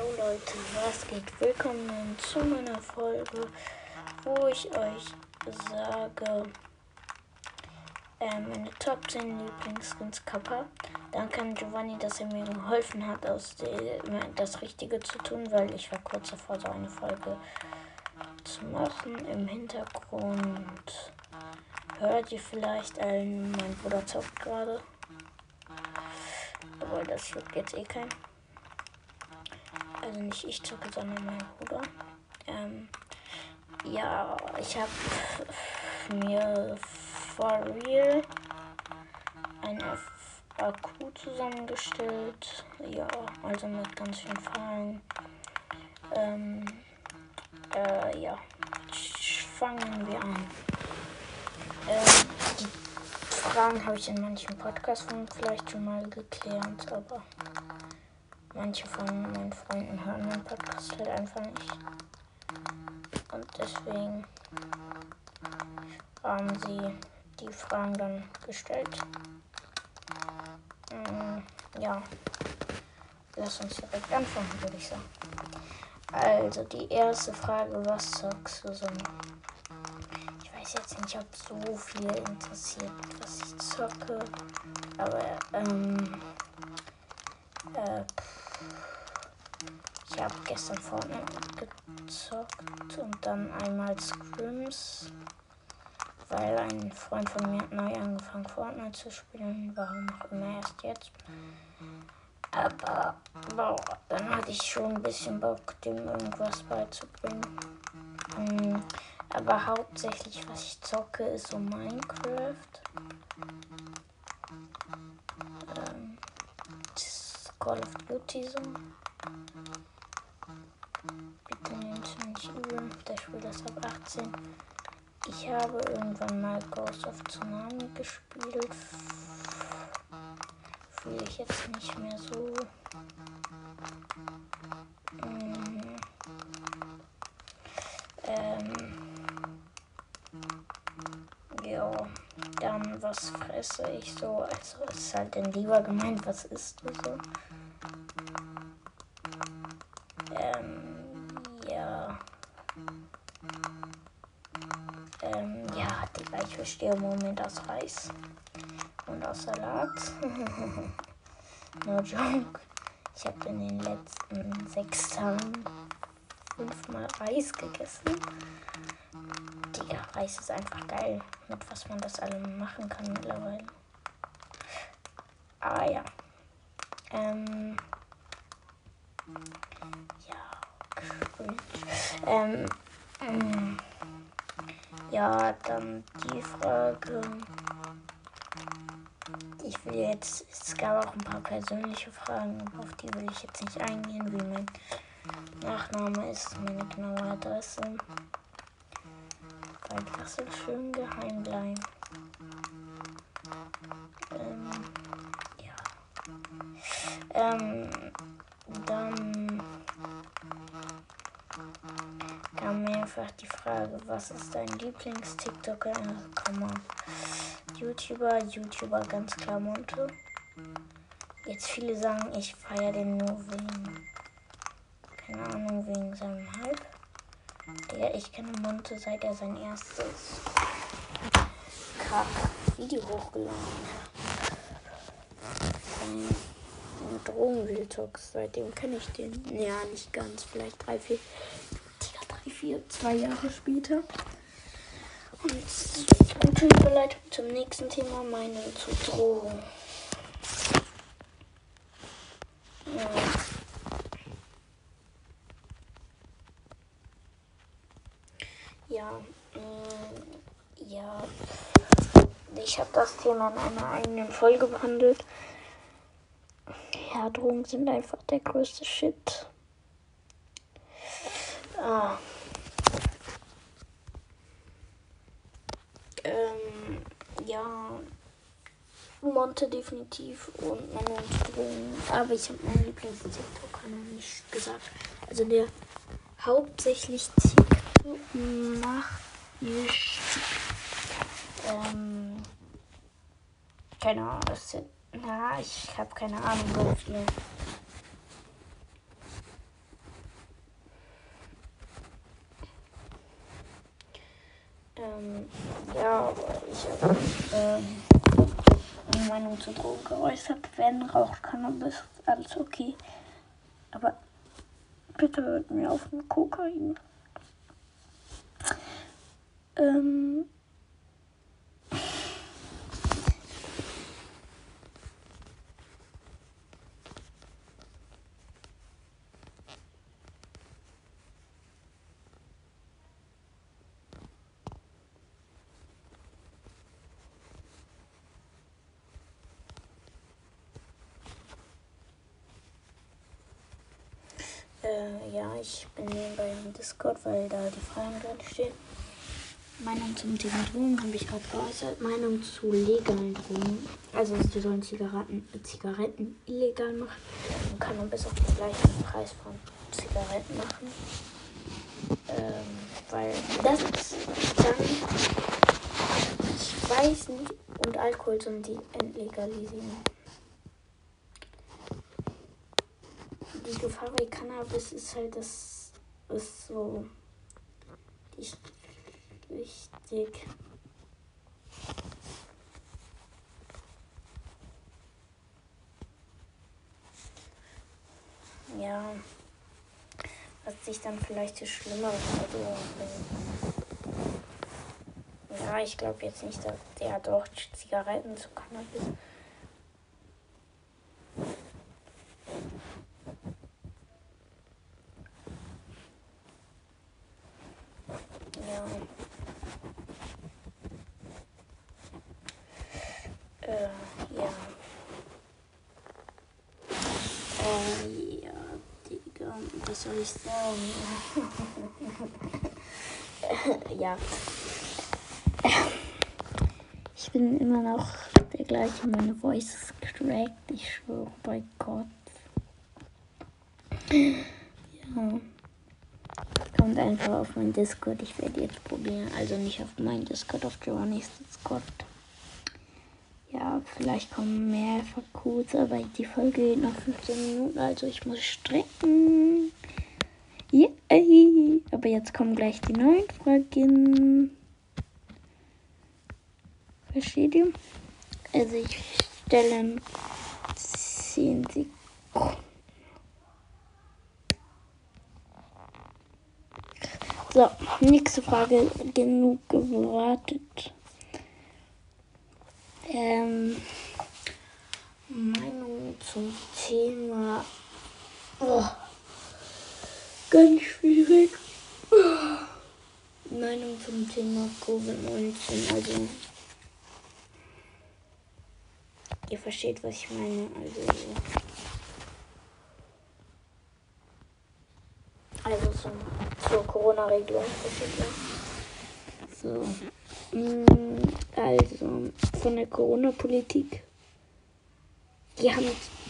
Leute, was geht? Willkommen zu meiner Folge, wo ich euch sage, meine Top 10 Lieblingsskins Kappa. Danke an Giovanni, dass er mir geholfen hat, das Richtige zu tun, weil ich war kurz davor, so eine Folge zu machen. Im Hintergrund hört ihr vielleicht mein Bruder zockt gerade. Aber das juckt jetzt eh keinen. Also nicht ich zocke, sondern mein Bruder. Ja, ich habe mir for real ein FAQ zusammengestellt. Ja, also mit ganz vielen Fragen. Ja, fangen wir an. Die Fragen habe ich in manchen Podcasts vielleicht schon mal geklärt, aber manche von meinen Freunden hören meinen Podcast halt einfach nicht. Und deswegen haben sie die Fragen dann gestellt. Ja, lass uns direkt anfangen, würde ich sagen. Also die erste Frage, was zockst du so? Ich weiß jetzt nicht, ob so viel interessiert, was ich zocke, aber ich habe gestern Fortnite gezockt und dann einmal Scrims, weil ein Freund von mir hat neu angefangen Fortnite zu spielen, warum auch immer erst jetzt. Aber dann hatte ich schon ein bisschen Bock, dem irgendwas beizubringen. Aber hauptsächlich, was ich zocke, ist so Minecraft. Call of Duty so. Bitte nehmt es nicht übel, der Spiel ist ab 18. Ich habe irgendwann mal Ghost of Tsunami gespielt. Fühle ich jetzt nicht mehr so. Ja, dann was fresse ich so? Also ist halt denn lieber gemeint, was isst du so? Ja, Digga, ich verstehe im Moment aus Reis und aus Salat. No joke. Ich habe in den letzten 6 Tagen 5-mal Reis gegessen. Digga, Reis ist einfach geil, mit was man das alle machen kann mittlerweile. Aber ja. Ja, dann die Frage. Es gab auch ein paar persönliche Fragen, aber auf die will ich jetzt nicht eingehen, wie mein Nachname ist, meine genaue Adresse. Weil das soll schön geheim bleiben. Dann kam mir einfach die Frage, was ist dein Lieblings-TikToker? YouTuber, ganz klar Monte. Jetzt viele sagen, ich feiere den nur wegen seinem Hype. Ich kenne Monte, seit er sein erstes Video hochgeladen hat. Drogenwildtox, seitdem kenne ich den. Ja, nicht ganz, vielleicht 2 Jahre später. Und gute Überleitung zum nächsten Thema, meine zu Drogen. Ja, ich habe das Thema in einer eigenen Folge behandelt. Ja, Drogen sind einfach der größte Shit. Ja, Monte definitiv und meine Drogen. Aber ich habe meinen Lieblings-TikToker noch nicht gesagt. Also der hauptsächlich TikTok macht nicht. Keine Ahnung, ich habe keine Ahnung, wie viel. Ja, ich habe eine Meinung zu Drogen geäußert. Wenn raucht Cannabis, alles okay. Aber bitte hört mir auf mit Kokain. Ja, ich bin nebenbei im Discord, weil da die Fragen drin stehen. Meinung zum Thema Drogen habe ich gerade geäußert. Meinung zu legalen Drogen. Also sie sollen Zigaretten illegal machen. Man kann nur bis auf den gleichen Preis von Zigaretten machen. Weil das ist dann, ich weiß nicht, und Alkohol sollen die entlegalisieren. Die Gefahr bei Cannabis ist halt, das ist so nicht wichtig. Ja, was sich dann vielleicht das Schlimmere, also ja, ich glaube jetzt nicht, dass der doch Zigaretten zu Cannabis. Ja, Digga, was soll ich sagen? Ja. Ich bin immer noch der gleiche, meine Voice ist cracked, ich schwöre bei Gott. Ja. Kommt einfach auf mein Discord, ich werde jetzt probieren, also nicht auf mein Discord, auf Giovannis Discord. Ja, vielleicht kommen mehr Codes, aber die Folge geht noch 15 Minuten, also ich muss strecken. Yay! Aber jetzt kommen gleich die neuen Fragen. Versteht ihr? Also ich stelle in 10 Sekunden. So, nächste Frage. Genug gewartet. Meinung zum Thema. Ganz schwierig. Meinung zum Thema Covid-19. Also, ihr versteht, was ich meine. Also zur Corona-Regelung. So. Also, von der Corona-Politik. Die haben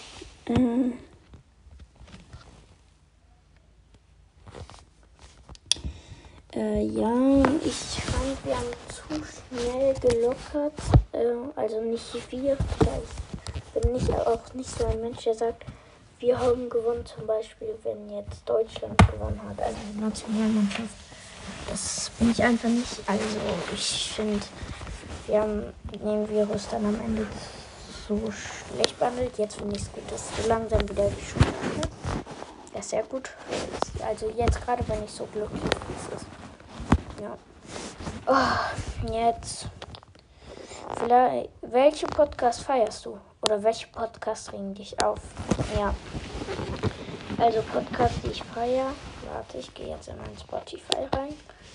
ja, ich fand, wir haben zu schnell gelockert. Also nicht wir. Ich bin auch nicht so ein Mensch, der sagt, wir haben gewonnen, zum Beispiel, wenn jetzt Deutschland gewonnen hat, also die Nationalmannschaft. Das bin ich einfach nicht. Also ich finde, wir haben den Virus dann am Ende so schlecht behandelt. Jetzt finde ich es gut, dass so langsam wieder geschont wird. Das ist sehr gut. Also jetzt gerade bin ich so glücklich, wie es ist. Ja. Oh, jetzt. Vielleicht, welche Podcast feierst du? Oder welche Podcasts regen dich auf? Ja. Also Podcasts, die ich feiere. Warte, ich gehe jetzt in mein Spotify rein.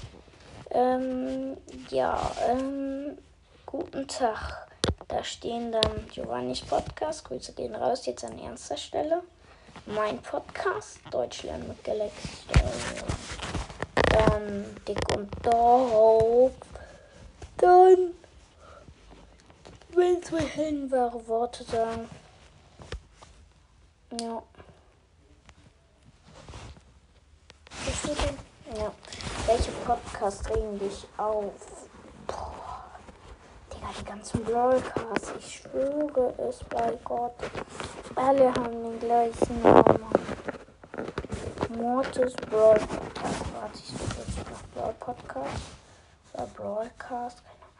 Guten Tag. Da stehen dann Giovannis Podcast. Grüße gehen raus, jetzt an ernster Stelle. Mein Podcast, Deutschland mit Galaxy. Dann Dick und Doof. Dann, wenn zwei Helden wahre Worte sagen. Ja. Ja. Welche Podcasts regen dich auf? Boah. Digga, die ganzen Broadcasts. Ich schwöre es bei Gott. Alle haben den gleichen Namen. Mortis Broad Podcast. Warte, ich suche jetzt nach Broad Podcast. war Broadcast.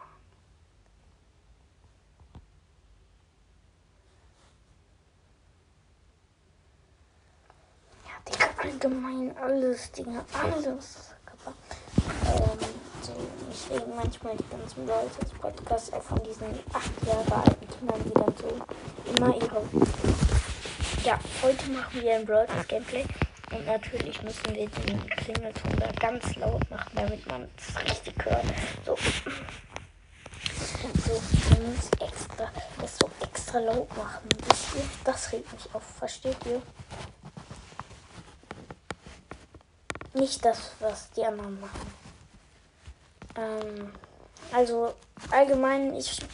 Ja, Digga, allgemein alles, Digga, alles. So, ich rede manchmal die ganzen Leute des Podcasts auch von diesen 8 Jahre alten Kindern, die dann so immer ihre. Ja, heute machen wir ein Broadcast Gameplay. Und natürlich müssen wir den Klingelton da ganz laut machen, damit man es richtig hört. So, wir müssen das so extra laut machen. Wisst ihr? Das regt mich auf. Versteht ihr? Nicht das, was die anderen machen. Also allgemein,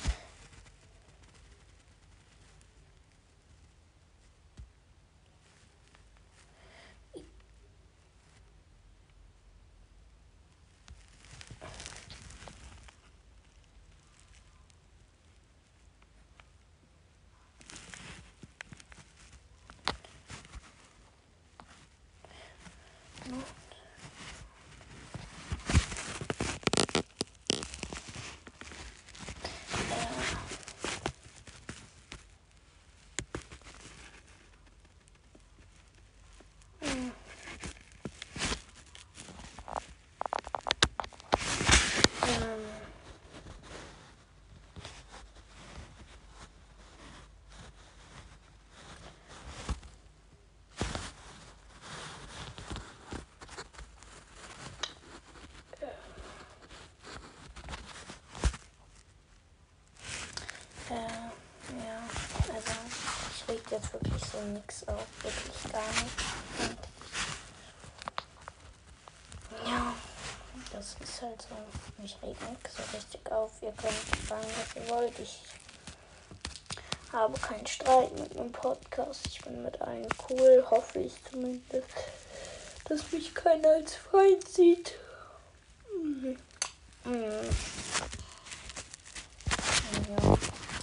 ja, also ich reg jetzt wirklich so nix auf, wirklich gar nicht. Und ja, das ist halt so, mich regt nix so richtig auf. Ihr könnt sagen, was ihr wollt. Ich habe keinen Streit mit einem Podcast. Ich bin mit allen cool, hoffe ich zumindest, dass mich keiner als Feind sieht. Ja.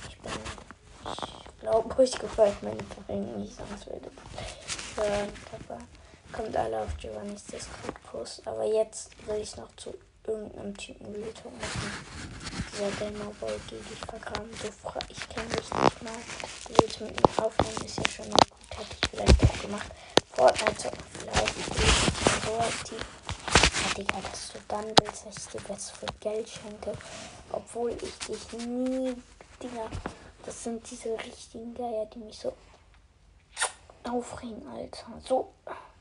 Ich glaube, euch gefällt meine Verringerung nicht, sonst würde ich hören. Aber kommt alle auf Giovannis Discord-Post. Aber jetzt will ich noch zu irgendeinem Typen Blutung machen. Dieser Gamerboy gegen dich vergraben. Ich kenne dich nicht mal. Du willst mit mir aufnehmen, ist ja schon mal gut. Hätte ich vielleicht auch gemacht. Fortnite zocken vielleicht. Ich bin nicht so aktiv. Ja, Digga, dass du dann willst, dass ich dir was für Geld schenke. Obwohl ich dich nie, Digga. Das sind diese richtigen Geier, die mich so aufregen, Alter. So.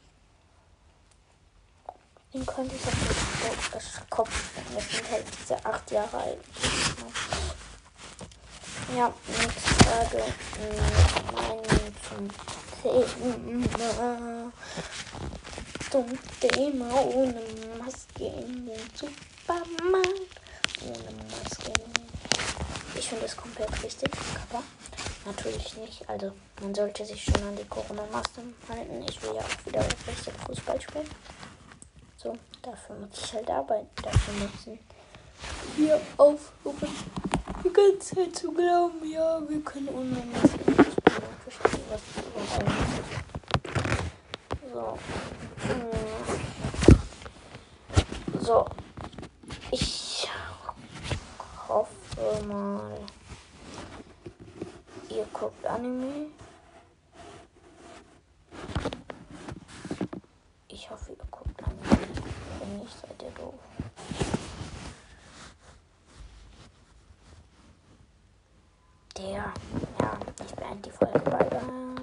Den könnte ich auf den Kopf stellen. Das sind halt diese 8 Jahre alten Kinder. Ja, nächste Frage. Meinung zum Thema ohne Maske in den Supermarkt. Ohne Maske. Ich finde das komplett richtig, aber natürlich nicht. Also man sollte sich schon an die Corona-Maßnahmen halten. Ich will ja auch wieder richtig Fußball spielen. So, dafür muss ich halt arbeiten. Dafür müssen wir aufhören, die ganze Zeit zu glauben, ja, wir können ohne Maske spielen. Verstehe, was ich überhaupt so. So. Ich hoffe mal, ihr guckt Anime. Ich hoffe, ihr guckt Anime. Wenn nicht, seid ihr doof. Ja, ich beende die Folge. Bye, bye.